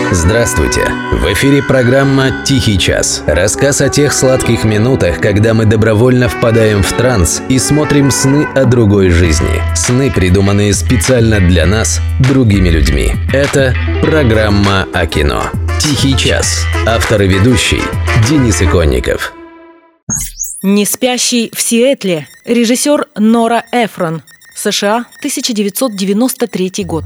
Здравствуйте! В эфире программа «Тихий час». Рассказ о тех сладких минутах, когда мы добровольно впадаем в транс и смотрим сны о другой жизни. Сны, придуманные специально для нас, другими людьми. Это программа о кино. «Тихий час». Автор и ведущий Денис Иконников. «Не спящий в Сиэтле». Режиссер Нора Эфрон. США, 1993 год.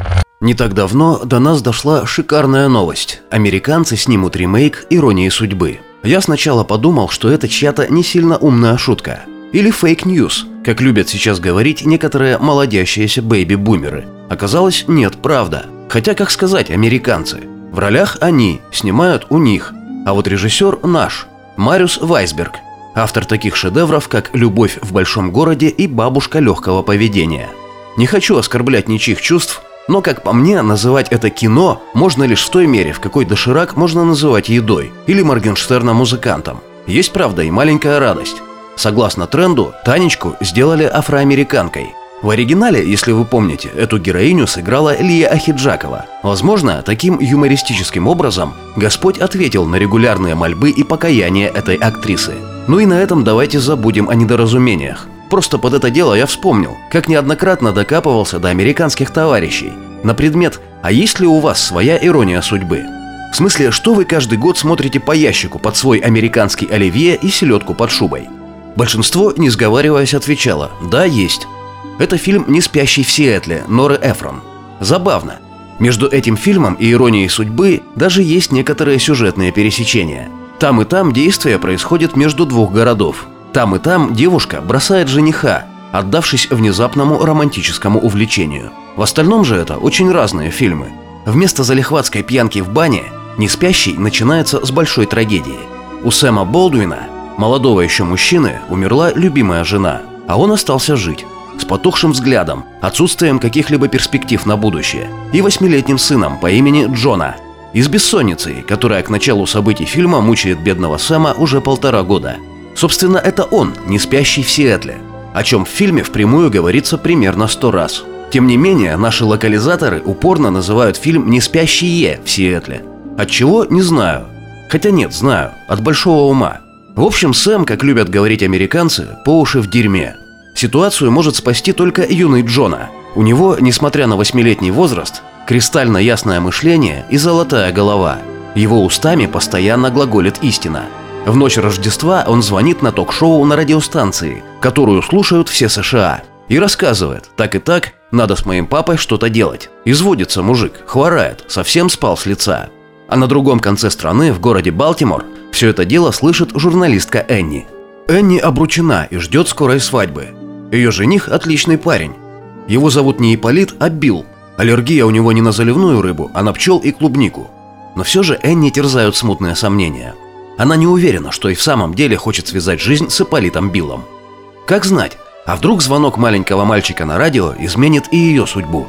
Не так давно до нас дошла шикарная новость. Американцы снимут ремейк «Иронии судьбы». Я сначала подумал, что это чья-то не сильно умная шутка. Или фейк-ньюс, как любят сейчас говорить некоторые молодящиеся бэйби-бумеры. Оказалось, нет, правда. Хотя, как сказать, американцы. В ролях они, снимают у них. А вот режиссер наш, Мариус Вайсберг. Автор таких шедевров, как «Любовь в большом городе» и «Бабушка легкого поведения». Не хочу оскорблять ничьих чувств, но, как по мне, называть это кино можно лишь в той мере, в какой доширак можно называть едой или Моргенштерна музыкантом. Есть, правда, и маленькая радость. Согласно тренду, Танечку сделали афроамериканкой. В оригинале, если вы помните, эту героиню сыграла Лия Ахеджакова. Возможно, таким юмористическим образом Господь ответил на регулярные мольбы и покаяния этой актрисы. Ну и на этом давайте забудем о недоразумениях. Просто под это дело я вспомнил, как неоднократно докапывался до американских товарищей на предмет «А есть ли у вас своя ирония судьбы?» В смысле, что вы каждый год смотрите по ящику под свой американский оливье и селедку под шубой? Большинство, не сговариваясь, отвечало «Да, есть». Это фильм «Не спящий в Сиэтле» Норы Эфрон. Забавно. Между этим фильмом и «Иронией судьбы» даже есть некоторые сюжетные пересечения. Там и там действие происходит между двух городов. Там и там девушка бросает жениха, отдавшись внезапному романтическому увлечению. В остальном же это очень разные фильмы. Вместо залихватской пьянки в бане «Не спящий» начинается с большой трагедии. У Сэма Болдуина, молодого еще мужчины, умерла любимая жена, а он остался жить. С потухшим взглядом, отсутствием каких-либо перспектив на будущее и 8-летним сыном по имени Джона. И с бессонницей, которая к началу событий фильма мучает бедного Сэма уже 1,5 года. Собственно, это он, не спящий в Сиэтле, о чем в фильме впрямую говорится примерно 100 раз. Тем не менее, наши локализаторы упорно называют фильм «Не спящие в Сиэтле». Отчего, не знаю. Хотя нет, знаю, от большого ума. В общем, Сэм, как любят говорить американцы, по уши в дерьме. Ситуацию может спасти только юный Джона. У него, несмотря на 8-летний возраст, кристально ясное мышление и золотая голова. Его устами постоянно глаголит истина. В ночь Рождества он звонит на ток-шоу на радиостанции, которую слушают все США, и рассказывает: так и так, надо с моим папой что-то делать. Изводится мужик, хворает, совсем спал с лица. А на другом конце страны, в городе Балтимор, все это дело слышит журналистка Энни. Энни обручена и ждет скорой свадьбы. Ее жених отличный парень. Его зовут не Ипполит, а Билл. Аллергия у него не на заливную рыбу, а на пчел и клубнику. Но все же Энни терзают смутные сомнения. Она не уверена, что и в самом деле хочет связать жизнь с Ипполитом Биллом. Как знать, а вдруг звонок маленького мальчика на радио изменит и ее судьбу?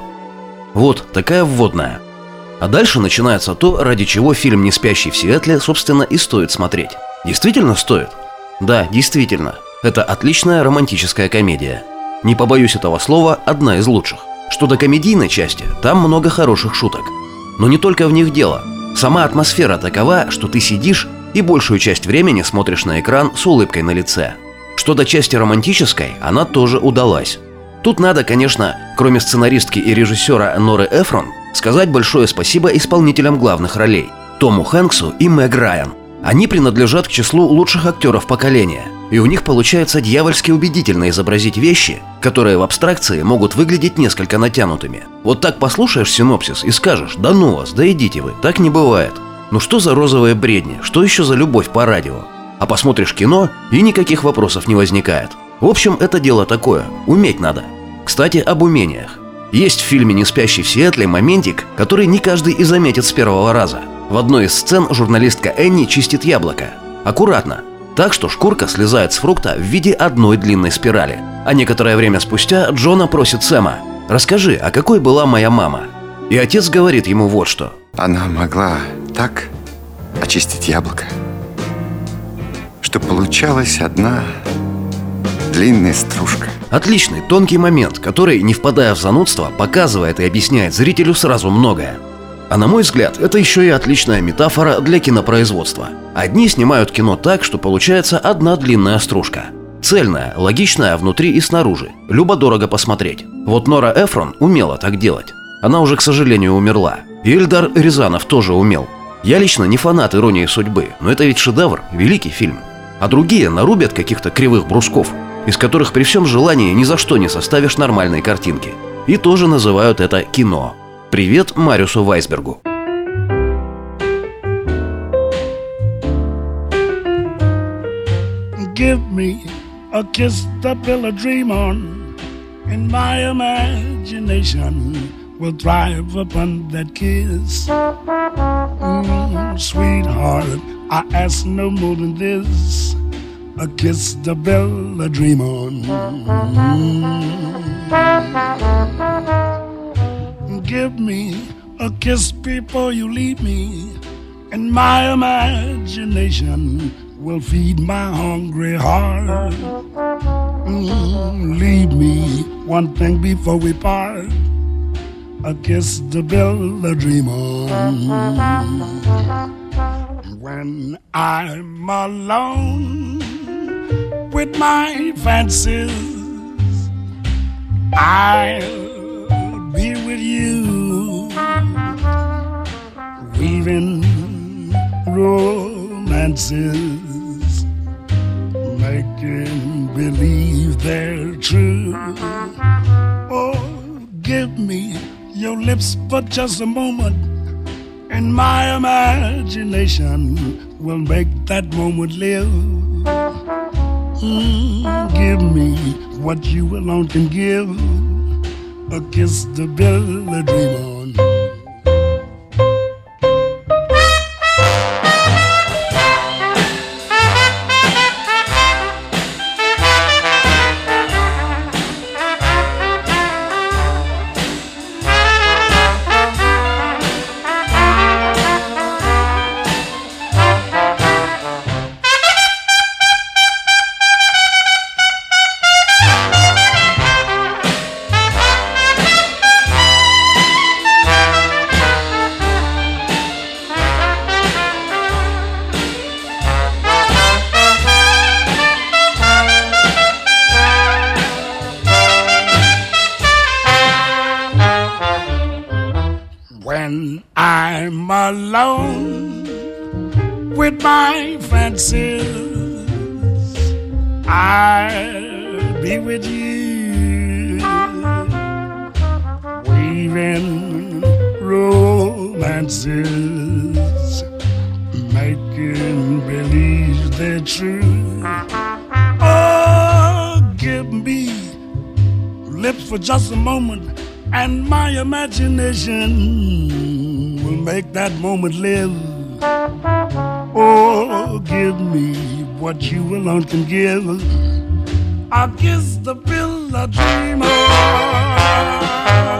Вот такая вводная. А дальше начинается то, ради чего фильм «Не спящий в Сиэтле», собственно, и стоит смотреть. Действительно стоит? Да, действительно. Это отличная романтическая комедия. Не побоюсь этого слова, одна из лучших. Что до комедийной части, там много хороших шуток. Но не только в них дело. Сама атмосфера такова, что ты сидишь и большую часть времени смотришь на экран с улыбкой на лице. Что до части романтической, она тоже удалась. Тут надо, конечно, кроме сценаристки и режиссера Норы Эфрон, сказать большое спасибо исполнителям главных ролей – Тому Хэнксу и Мэг Райан. Они принадлежат к числу лучших актеров поколения, и у них получается дьявольски убедительно изобразить вещи, которые в абстракции могут выглядеть несколько натянутыми. Вот так послушаешь синопсис и скажешь: да ну вас, да идите вы, так не бывает. Ну что за розовые бредни, что еще за любовь по радио? А посмотришь кино, и никаких вопросов не возникает. В общем, это дело такое, уметь надо. Кстати, об умениях. Есть в фильме «Не спящий в Сиэтле» моментик, который не каждый и заметит с первого раза. В одной из сцен журналистка Энни чистит яблоко. Аккуратно. Так что шкурка слезает с фрукта в виде одной длинной спирали. А некоторое время спустя Джона просит Сэма: «Расскажи, а какой была моя мама?» И отец говорит ему вот что. Она могла так очистить яблоко, что получалась одна длинная стружка. Отличный, тонкий момент, который, не впадая в занудство, показывает и объясняет зрителю сразу многое. А на мой взгляд, это еще и отличная метафора для кинопроизводства. Одни снимают кино так, что получается одна длинная стружка. Цельная, логичная внутри и снаружи. Любо-дорого посмотреть. Вот Нора Эфрон умела так делать. Она уже, к сожалению, умерла. И Эльдар Рязанов тоже умел. Я лично не фанат «Иронии судьбы», но это ведь шедевр, великий фильм. А другие нарубят каких-то кривых брусков, из которых при всем желании ни за что не составишь нормальной картинки. И тоже называют это кино. Привет Мариусу Вайсбергу. Give me a kiss to build a dream on, and my imagination will thrive upon that kiss. Sweetheart, I ask no more than this, a kiss to build a dream on. Give me a kiss before you leave me, and my imagination will feed my hungry heart. Leave me one thing before we part, a kiss to build a dream on. When I'm alone with my fancies, I'll be with you, weaving romances, making believe they're true. Oh, give me your lips for just a moment, and my imagination will make that moment live. Give me what you alone can give, a kiss to build a dream on. When I'm alone with my fancies, I'll be with you, weaving romances, making believe they're true. Oh, give me lips for just a moment, and my imagination will make that moment live. Oh, give me what you alone can give, I'll kiss the pill I dream of.